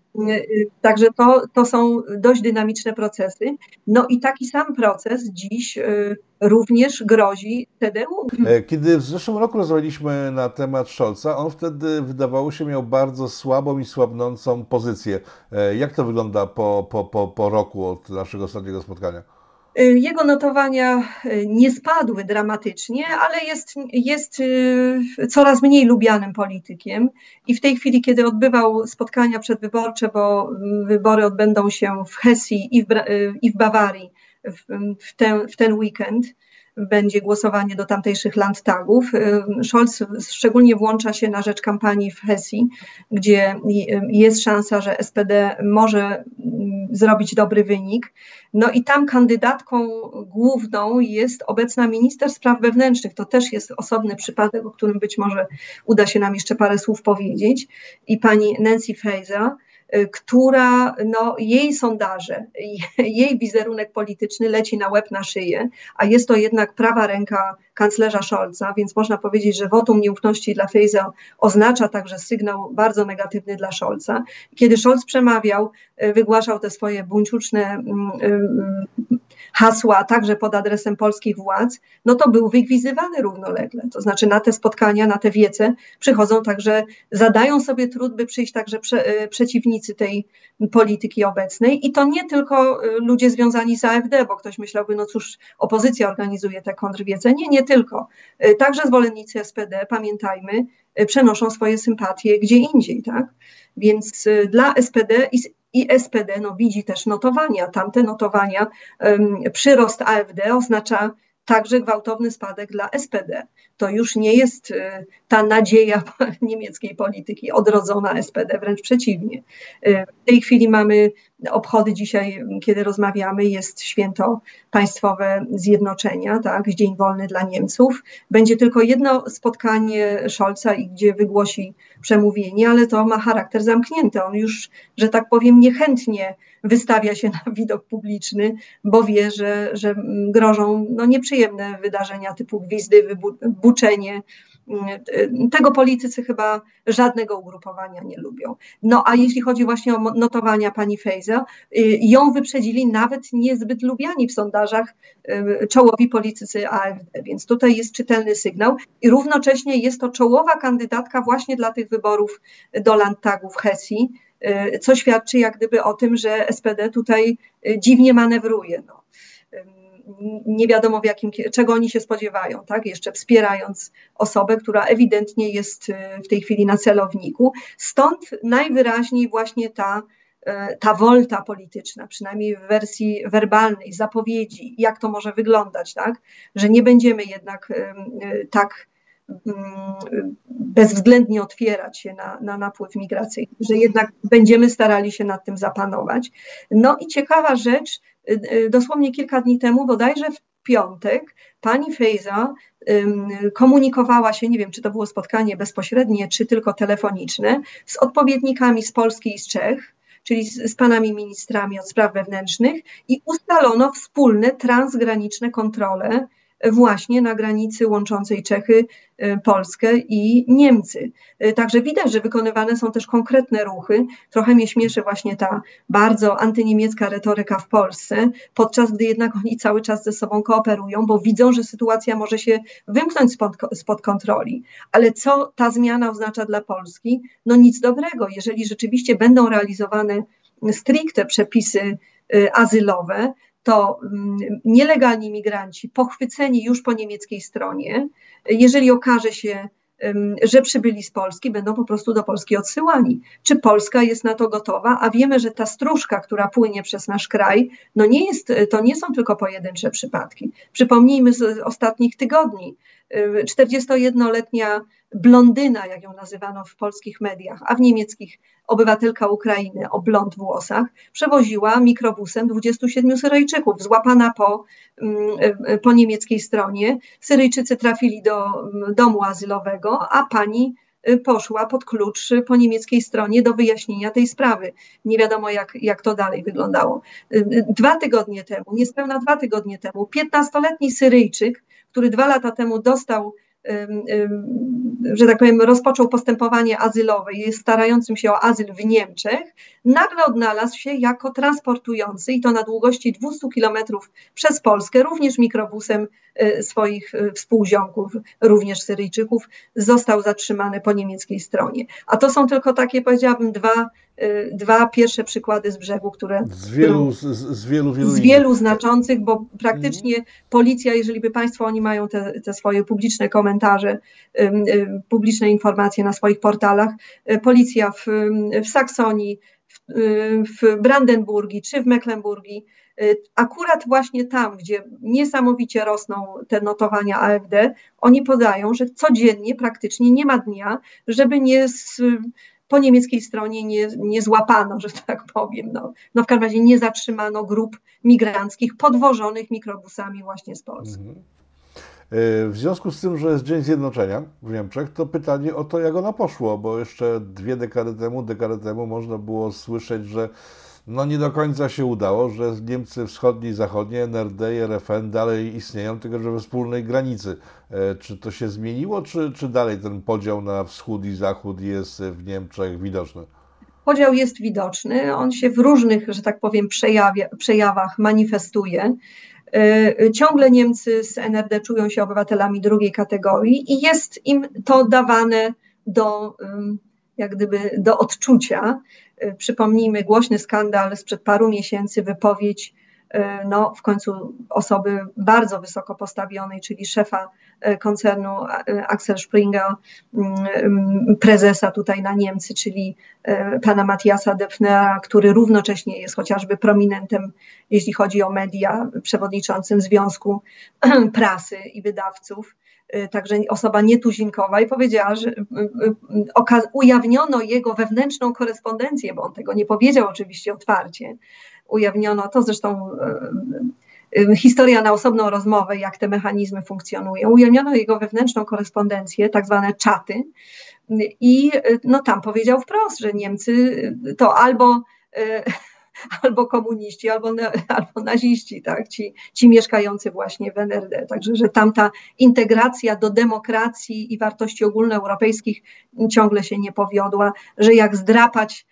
Także to, to są dość dynamiczne procesy. No i taki sam proces dziś również grozi C D U. Kiedy w zeszłym roku rozmawialiśmy na temat Scholza, on wtedy wydawało się miał bardzo słabą i słabnącą pozycję. Jak to wygląda po, po, po, po roku od naszego ostatniego spotkania? Jego notowania nie spadły dramatycznie, ale jest, jest coraz mniej lubianym politykiem i w tej chwili, kiedy odbywał spotkania przedwyborcze, bo wybory odbędą się w Hesji i w, i w Bawarii w, w, ten, w ten weekend, będzie głosowanie do tamtejszych Landtagów. Scholz szczególnie włącza się na rzecz kampanii w Hesji, gdzie jest szansa, że S P D może zrobić dobry wynik. No i tam kandydatką główną jest obecna minister spraw wewnętrznych. To też jest osobny przypadek, o którym być może uda się nam jeszcze parę słów powiedzieć. I pani Nancy Faeser, która, no, jej sondaże, jej wizerunek polityczny leci na łeb, na szyję, a jest to jednak prawa ręka kanclerza Scholza, więc można powiedzieć, że wotum nieufności dla Feyza oznacza także sygnał bardzo negatywny dla Scholza. Kiedy Scholz przemawiał, wygłaszał te swoje buńczuczne hasła także pod adresem polskich władz, no to był wygwizywany równolegle. To znaczy na te spotkania, na te wiece przychodzą także, zadają sobie trud, by przyjść także prze, przeciwnicy tej polityki obecnej i to nie tylko ludzie związani z A F D, bo ktoś myślałby, no cóż, opozycja organizuje te kontrwiece. Nie, nie tylko. Także zwolennicy S P D, pamiętajmy, przenoszą swoje sympatie gdzie indziej, tak? Więc dla S P D i I S P D no, widzi też notowania. Tamte notowania, um, przyrost A F D oznacza także gwałtowny spadek dla S P D. To już nie jest y, ta nadzieja niemieckiej polityki, odrodzona S P D, wręcz przeciwnie. Y, w tej chwili mamy obchody dzisiaj, kiedy rozmawiamy, jest święto państwowe zjednoczenia, tak, dzień wolny dla Niemców. Będzie tylko jedno spotkanie Scholza, i gdzie wygłosi przemówienie, ale to ma charakter zamknięty. On już, że tak powiem, niechętnie wystawia się na widok publiczny, bo wie, że, że grożą no, nieprzyjemne wydarzenia typu gwizdy, buczenie. Tego politycy chyba żadnego ugrupowania nie lubią. No a jeśli chodzi właśnie o notowania pani Feyza, ją wyprzedzili nawet niezbyt lubiani w sondażach czołowi politycy A F D, więc tutaj jest czytelny sygnał i równocześnie jest to czołowa kandydatka właśnie dla tych wyborów do Landtagu w Hesji, co świadczy jak gdyby o tym, że S P D tutaj dziwnie manewruje. No. Nie wiadomo w jakim, czego oni się spodziewają, tak? Jeszcze wspierając osobę, która ewidentnie jest w tej chwili na celowniku. Stąd najwyraźniej właśnie ta, ta wolta polityczna, przynajmniej w wersji werbalnej, zapowiedzi, jak to może wyglądać, tak? Że nie będziemy jednak tak bezwzględnie otwierać się na, na napływ migracyjny, że jednak będziemy starali się nad tym zapanować. No i ciekawa rzecz, dosłownie kilka dni temu, bodajże w piątek, pani Feyza komunikowała się, nie wiem, czy to było spotkanie bezpośrednie, czy tylko telefoniczne, z odpowiednikami z Polski i z Czech, czyli z, z panami ministrami od spraw wewnętrznych i ustalono wspólne transgraniczne kontrole właśnie na granicy łączącej Czechy, Polskę i Niemcy. Także widać, że wykonywane są też konkretne ruchy. Trochę mnie śmieszy właśnie ta bardzo antyniemiecka retoryka w Polsce, podczas gdy jednak oni cały czas ze sobą kooperują, bo widzą, że sytuacja może się wymknąć spod, spod kontroli. Ale co ta zmiana oznacza dla Polski? No nic dobrego. Jeżeli rzeczywiście będą realizowane stricte przepisy azylowe, to nielegalni migranci pochwyceni już po niemieckiej stronie, jeżeli okaże się, że przybyli z Polski, będą po prostu do Polski odsyłani. Czy Polska jest na to gotowa? A wiemy, że ta stróżka, która płynie przez nasz kraj, no nie jest, to nie są tylko pojedyncze przypadki. Przypomnijmy z ostatnich tygodni. czterdziestojednoletnia blondyna, jak ją nazywano w polskich mediach, a w niemieckich obywatelka Ukrainy o blond włosach, przewoziła mikrobusem dwudziestu siedmiu Syryjczyków, złapana po, po niemieckiej stronie. Syryjczycy trafili do domu azylowego, a pani poszła pod klucz po niemieckiej stronie do wyjaśnienia tej sprawy. Nie wiadomo, jak, jak to dalej wyglądało. Dwa tygodnie temu, niespełna dwa tygodnie temu, piętnastoletni Syryjczyk, który dwa lata temu dostał, że tak powiem, rozpoczął postępowanie azylowe i jest starającym się o azyl w Niemczech, nagle odnalazł się jako transportujący, i to na długości dwustu kilometrów przez Polskę, również mikrobusem swoich współziomków, również Syryjczyków, został zatrzymany po niemieckiej stronie. A to są tylko takie, powiedziałabym, dwa, dwa pierwsze przykłady z brzegu, które... Z wielu, z, z wielu, wielu, z wielu znaczących, bo praktycznie policja, jeżeli by Państwo, oni mają te, te swoje publiczne komentarze, publiczne informacje na swoich portalach, policja w, w Saksonii, w, w Brandenburgii czy w Mecklenburgii, akurat właśnie tam, gdzie niesamowicie rosną te notowania A F D, oni podają, że codziennie praktycznie nie ma dnia, żeby nie z, po niemieckiej stronie nie, nie złapano, że tak powiem, no, no w każdym razie nie zatrzymano grup migranckich podwożonych mikrobusami właśnie z Polski. Mhm. W związku z tym, że jest Dzień Zjednoczenia w Niemczech, to pytanie o to, jak ono poszło, bo jeszcze dwie dekady temu, dekadę temu można było słyszeć, że no nie do końca się udało, że Niemcy wschodnie i zachodnie, N R D i R F N dalej istnieją, tylko że we wspólnej granicy. Czy to się zmieniło, czy, czy dalej ten podział na wschód i zachód jest w Niemczech widoczny? Podział jest widoczny, on się w różnych, że tak powiem, przejawia, przejawach manifestuje. Ciągle Niemcy z N R D czują się obywatelami drugiej kategorii i jest im to dawane do, jak gdyby, do odczucia. Przypomnijmy głośny skandal sprzed paru miesięcy, wypowiedź no, w końcu osoby bardzo wysoko postawionej, czyli szefa koncernu Axel Springer, prezesa tutaj na Niemcy, czyli pana Matthiasa Döpfnera, który równocześnie jest chociażby prominentem, jeśli chodzi o media, przewodniczącym Związku Prasy i Wydawców, także osoba nietuzinkowa, i powiedziała, że ujawniono jego wewnętrzną korespondencję, bo on tego nie powiedział oczywiście otwarcie. Ujawniono to, zresztą historia na osobną rozmowę, jak te mechanizmy funkcjonują. Ujawniono jego wewnętrzną korespondencję, tak zwane czaty, i no, tam powiedział wprost, że Niemcy to albo, albo komuniści, albo, albo naziści, tak? ci, ci mieszkający właśnie w N R D. Także, że tamta integracja do demokracji i wartości ogólnoeuropejskich ciągle się nie powiodła, że jak zdrapać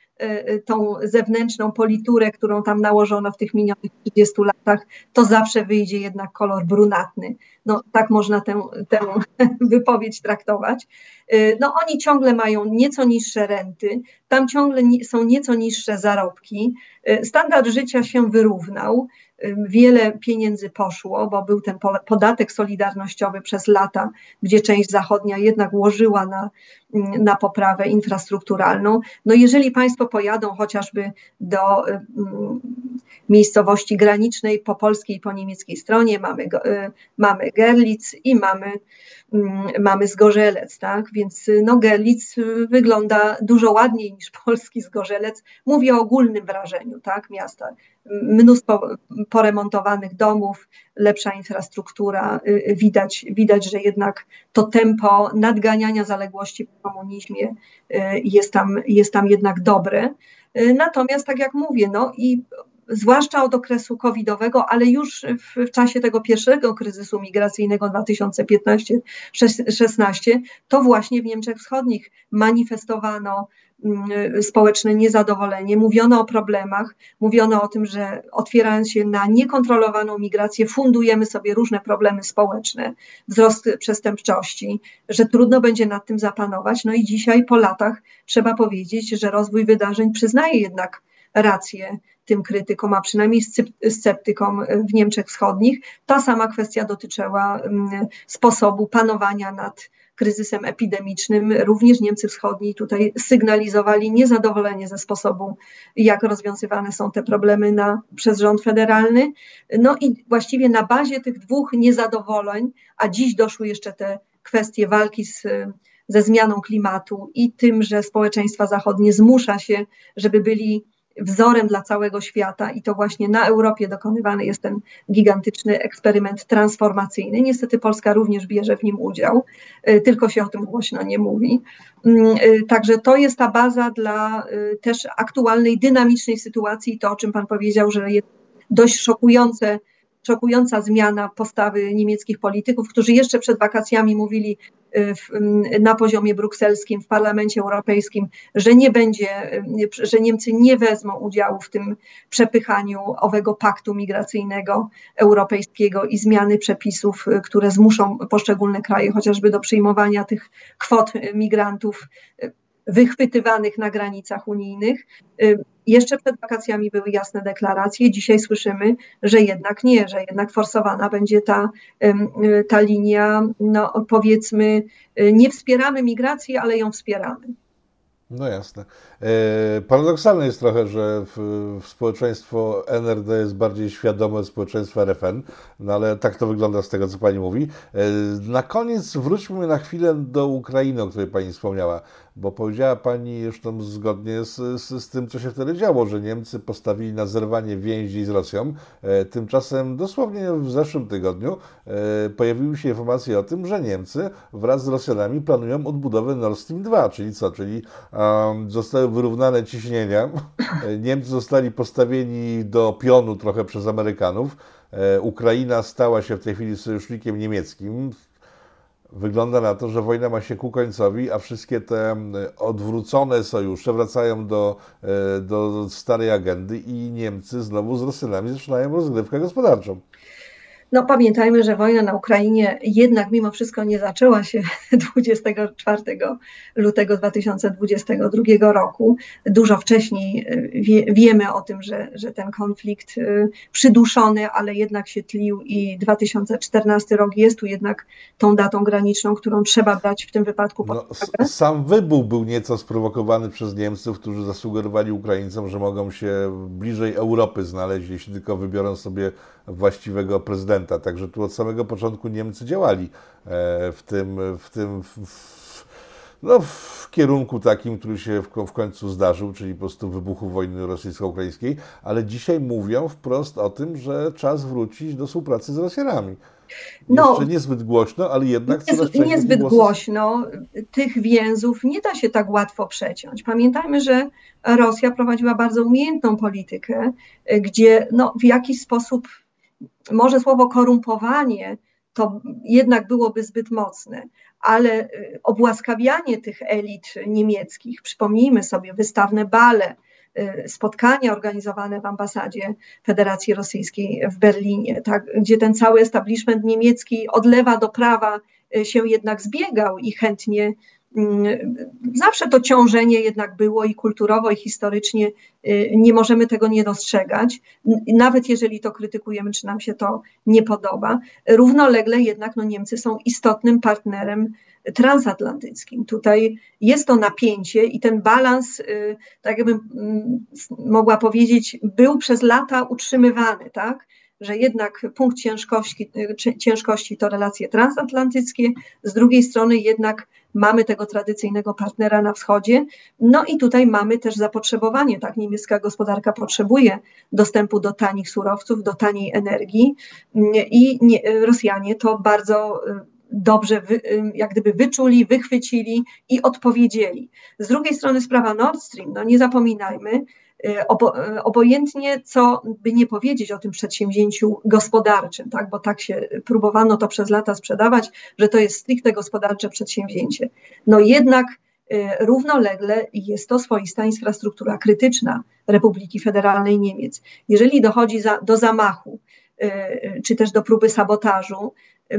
tą zewnętrzną politurę, którą tam nałożono w tych minionych trzydziestu latach, to zawsze wyjdzie jednak kolor brunatny. No tak można tę, tę wypowiedź traktować. No oni ciągle mają nieco niższe renty, tam ciągle są nieco niższe zarobki, standard życia się wyrównał, wiele pieniędzy poszło, bo był ten podatek solidarnościowy przez lata, gdzie część zachodnia jednak łożyła na, na poprawę infrastrukturalną. No jeżeli Państwo pojadą chociażby do um, miejscowości granicznej po polskiej i po niemieckiej stronie, mamy, mamy Görlitz i mamy, um, mamy Zgorzelec, tak? Więc no, Görlitz wygląda dużo ładniej niż polski Zgorzelec. Mówię o ogólnym wrażeniu, tak, miasta. Mnóstwo poremontowanych domów, lepsza infrastruktura, widać, widać, że jednak to tempo nadganiania zaległości w komunizmie jest tam, jest tam jednak dobre. Natomiast tak jak mówię, no i zwłaszcza od okresu covidowego, ale już w, w czasie tego pierwszego kryzysu migracyjnego dwa tysiące piętnaście szesnaście, to właśnie w Niemczech Wschodnich manifestowano społeczne niezadowolenie, mówiono o problemach, mówiono o tym, że otwierając się na niekontrolowaną migrację, fundujemy sobie różne problemy społeczne, wzrost przestępczości, że trudno będzie nad tym zapanować. No i dzisiaj po latach trzeba powiedzieć, że rozwój wydarzeń przyznaje jednak rację tym krytykom, a przynajmniej sceptykom w Niemczech Wschodnich. Ta sama kwestia dotyczyła sposobu panowania nad kryzysem epidemicznym. Również Niemcy Wschodni tutaj sygnalizowali niezadowolenie ze sposobu, jak rozwiązywane są te problemy na, przez rząd federalny. No i właściwie na bazie tych dwóch niezadowoleń, a dziś doszły jeszcze te kwestie walki z, ze zmianą klimatu i tym, że społeczeństwa zachodnie zmusza się, żeby byli wzorem dla całego świata, i to właśnie na Europie dokonywany jest ten gigantyczny eksperyment transformacyjny. Niestety Polska również bierze w nim udział, tylko się o tym głośno nie mówi. Także to jest ta baza dla też aktualnej, dynamicznej sytuacji, to o czym Pan powiedział, że jest dość szokujące, szokująca zmiana postawy niemieckich polityków, którzy jeszcze przed wakacjami mówili w, na poziomie brukselskim, w Parlamencie Europejskim, że nie będzie, że Niemcy nie wezmą udziału w tym przepychaniu owego paktu migracyjnego europejskiego i zmiany przepisów, które zmuszą poszczególne kraje chociażby do przyjmowania tych kwot migrantów wychwytywanych na granicach unijnych. Jeszcze przed wakacjami były jasne deklaracje, dzisiaj słyszymy, że jednak nie, że jednak forsowana będzie ta, ta linia, no powiedzmy, nie wspieramy migracji, ale ją wspieramy. No jasne. Paradoksalne jest trochę, że w, w społeczeństwo N R D jest bardziej świadome od społeczeństwa R F N, no ale tak to wygląda z tego, co Pani mówi. Na koniec wróćmy na chwilę do Ukrainy, o której Pani wspomniała. bo powiedziała Pani zresztą zgodnie z, z, z tym, co się wtedy działo, że Niemcy postawili na zerwanie więzi z Rosją. Tymczasem dosłownie w zeszłym tygodniu pojawiły się informacje o tym, że Niemcy wraz z Rosjanami planują odbudowę Nord Stream dwa, czyli co? Czyli um, zostały wyrównane ciśnienia, Niemcy zostali postawieni do pionu trochę przez Amerykanów, Ukraina stała się w tej chwili sojusznikiem niemieckim. Wygląda na to, że wojna ma się ku końcowi, a wszystkie te odwrócone sojusze wracają do, do starej agendy i Niemcy znowu z Rosjanami zaczynają rozgrywkę gospodarczą. No pamiętajmy, że wojna na Ukrainie jednak mimo wszystko nie zaczęła się dwudziestego czwartego lutego dwa tysiące dwudziestego drugiego roku. Dużo wcześniej wie, wiemy o tym, że, że ten konflikt przyduszony, ale jednak się tlił i dwa tysiące czternasty rok jest tu jednak tą datą graniczną, którą trzeba brać w tym wypadku pod uwagę. No, sam wybuch był nieco sprowokowany przez Niemców, którzy zasugerowali Ukraińcom, że mogą się bliżej Europy znaleźć, jeśli tylko wybiorą sobie właściwego prezydenta. Także tu od samego początku Niemcy działali w tym, w tym w, no, w kierunku takim, który się w, w końcu zdarzył, czyli po prostu wybuchu wojny rosyjsko-ukraińskiej, ale dzisiaj mówią wprost o tym, że czas wrócić do współpracy z Rosjanami. No, jeszcze niezbyt głośno, ale jednak coraz częściej. Niezbyt głosy... głośno. Tych więzów nie da się tak łatwo przeciąć. Pamiętajmy, że Rosja prowadziła bardzo umiejętną politykę, gdzie no, w jakiś sposób, może słowo korumpowanie to jednak byłoby zbyt mocne, ale obłaskawianie tych elit niemieckich, przypomnijmy sobie wystawne bale, spotkania organizowane w ambasadzie Federacji Rosyjskiej w Berlinie, tak, gdzie ten cały establishment niemiecki od lewa do prawa się jednak zbiegał i chętnie, zawsze to ciążenie jednak było i kulturowo, i historycznie nie możemy tego nie dostrzegać, nawet jeżeli to krytykujemy, czy nam się to nie podoba. Równolegle jednak no, Niemcy są istotnym partnerem transatlantyckim. Tutaj jest to napięcie i ten balans, tak jakbym mogła powiedzieć, był przez lata utrzymywany, tak? Że jednak punkt ciężkości, ciężkości to relacje transatlantyckie, z drugiej strony jednak mamy tego tradycyjnego partnera na wschodzie, no i tutaj mamy też zapotrzebowanie, tak, niemiecka gospodarka potrzebuje dostępu do tanich surowców, do taniej energii i nie, Rosjanie to bardzo dobrze wy, jak gdyby wyczuli, wychwycili i odpowiedzieli. Z drugiej strony sprawa Nord Stream, no nie zapominajmy, Obo, obojętnie co by nie powiedzieć o tym przedsięwzięciu gospodarczym, tak, bo tak się próbowano to przez lata sprzedawać, że to jest stricte gospodarcze przedsięwzięcie. No jednak równolegle jest to swoista infrastruktura krytyczna Republiki Federalnej Niemiec. Jeżeli dochodzi za, do zamachu, czy też do próby sabotażu,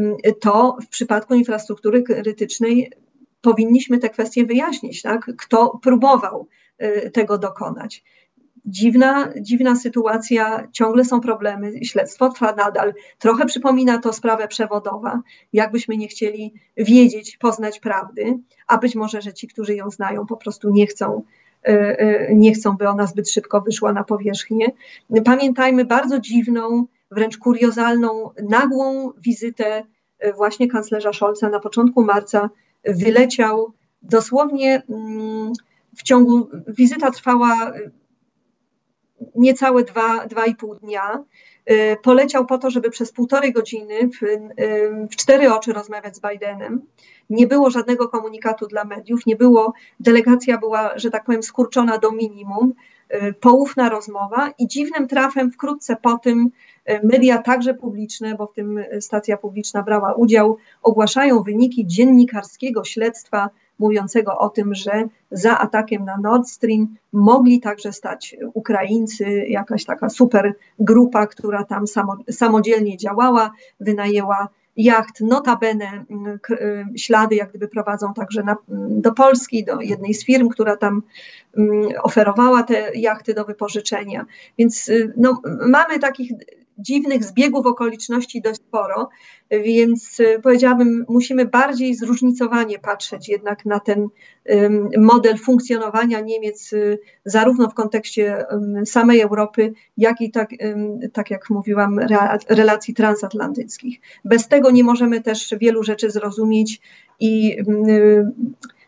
to w przypadku infrastruktury krytycznej powinniśmy te kwestie wyjaśnić, tak? Kto próbował tego dokonać. Dziwna, dziwna sytuacja, ciągle są problemy, śledztwo trwa nadal. Trochę przypomina to sprawę Przewodowa, jakbyśmy nie chcieli wiedzieć, poznać prawdy, a być może, że ci, którzy ją znają, po prostu nie chcą, nie chcą, by ona zbyt szybko wyszła na powierzchnię. Pamiętajmy bardzo dziwną, wręcz kuriozalną, nagłą wizytę właśnie kanclerza Scholza na początku marca. Wyleciał dosłownie w ciągu, wizyta trwała niecałe dwa, dwa i pół dnia. Poleciał po to, żeby przez półtorej godziny w, w cztery oczy rozmawiać z Bidenem. Nie było żadnego komunikatu dla mediów, nie było, delegacja była, że tak powiem, skurczona do minimum, poufna rozmowa i dziwnym trafem wkrótce po tym media także publiczne, bo w tym stacja publiczna brała udział, ogłaszają wyniki dziennikarskiego śledztwa mówiącego o tym, że za atakiem na Nord Stream mogli także stać Ukraińcy, jakaś taka super grupa, która tam samo, samodzielnie działała, wynajęła jacht, notabene ślady jak gdyby prowadzą także na, do Polski, do jednej z firm, która tam oferowała te jachty do wypożyczenia. Więc no, mamy takich dziwnych zbiegów okoliczności dość sporo, więc powiedziałabym, musimy bardziej zróżnicowanie patrzeć jednak na ten model funkcjonowania Niemiec zarówno w kontekście samej Europy, jak i tak, tak jak mówiłam, relacji transatlantyckich. Bez tego nie możemy też wielu rzeczy zrozumieć i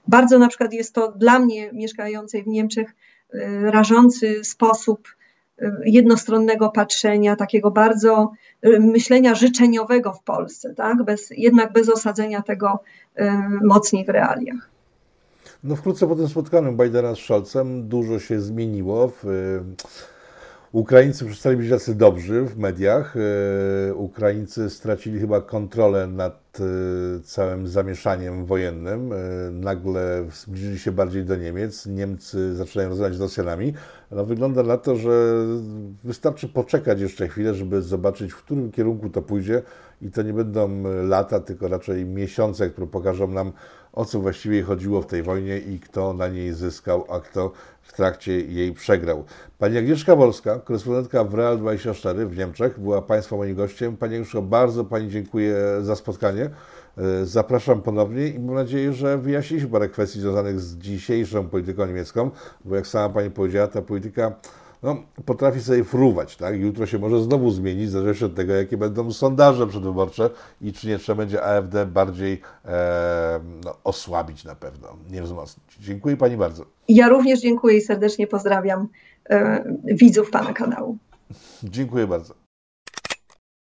Bardzo na przykład jest to dla mnie, mieszkającej w Niemczech, rażący sposób jednostronnego patrzenia, takiego bardzo myślenia życzeniowego w Polsce, tak? Bez, jednak bez osadzenia tego mocniej w realiach. No wkrótce po tym spotkaniu Bidena z Scholzem dużo się zmieniło. Ukraińcy przestali być tacy dobrzy w mediach. Ukraińcy stracili chyba kontrolę nad całym zamieszaniem wojennym. Nagle zbliżyli się bardziej do Niemiec. Niemcy zaczynają rozmawiać z Rosjanami. No, wygląda na to, że wystarczy poczekać jeszcze chwilę, żeby zobaczyć, w którym kierunku to pójdzie. I to nie będą lata, tylko raczej miesiące, które pokażą nam, o co właściwie chodziło w tej wojnie i kto na niej zyskał, a kto w trakcie jej przegrał. Pani Agnieszka Wolska, korespondentka w Real dwadzieścia cztery w Niemczech, była Państwa moim gościem. Pani Agnieszko, bardzo Pani dziękuję za spotkanie. Zapraszam ponownie i mam nadzieję, że wyjaśniliśmy parę kwestii związanych z dzisiejszą polityką niemiecką, bo jak sama Pani powiedziała, ta polityka no, potrafi sobie fruwać, tak? Jutro się może znowu zmienić, zależy od tego, jakie będą sondaże przedwyborcze i czy nie trzeba będzie A F D bardziej e, no, osłabić na pewno, nie wzmocnić. Dziękuję Pani bardzo. Ja również dziękuję i serdecznie pozdrawiam e, widzów Pana kanału. Dziękuję bardzo.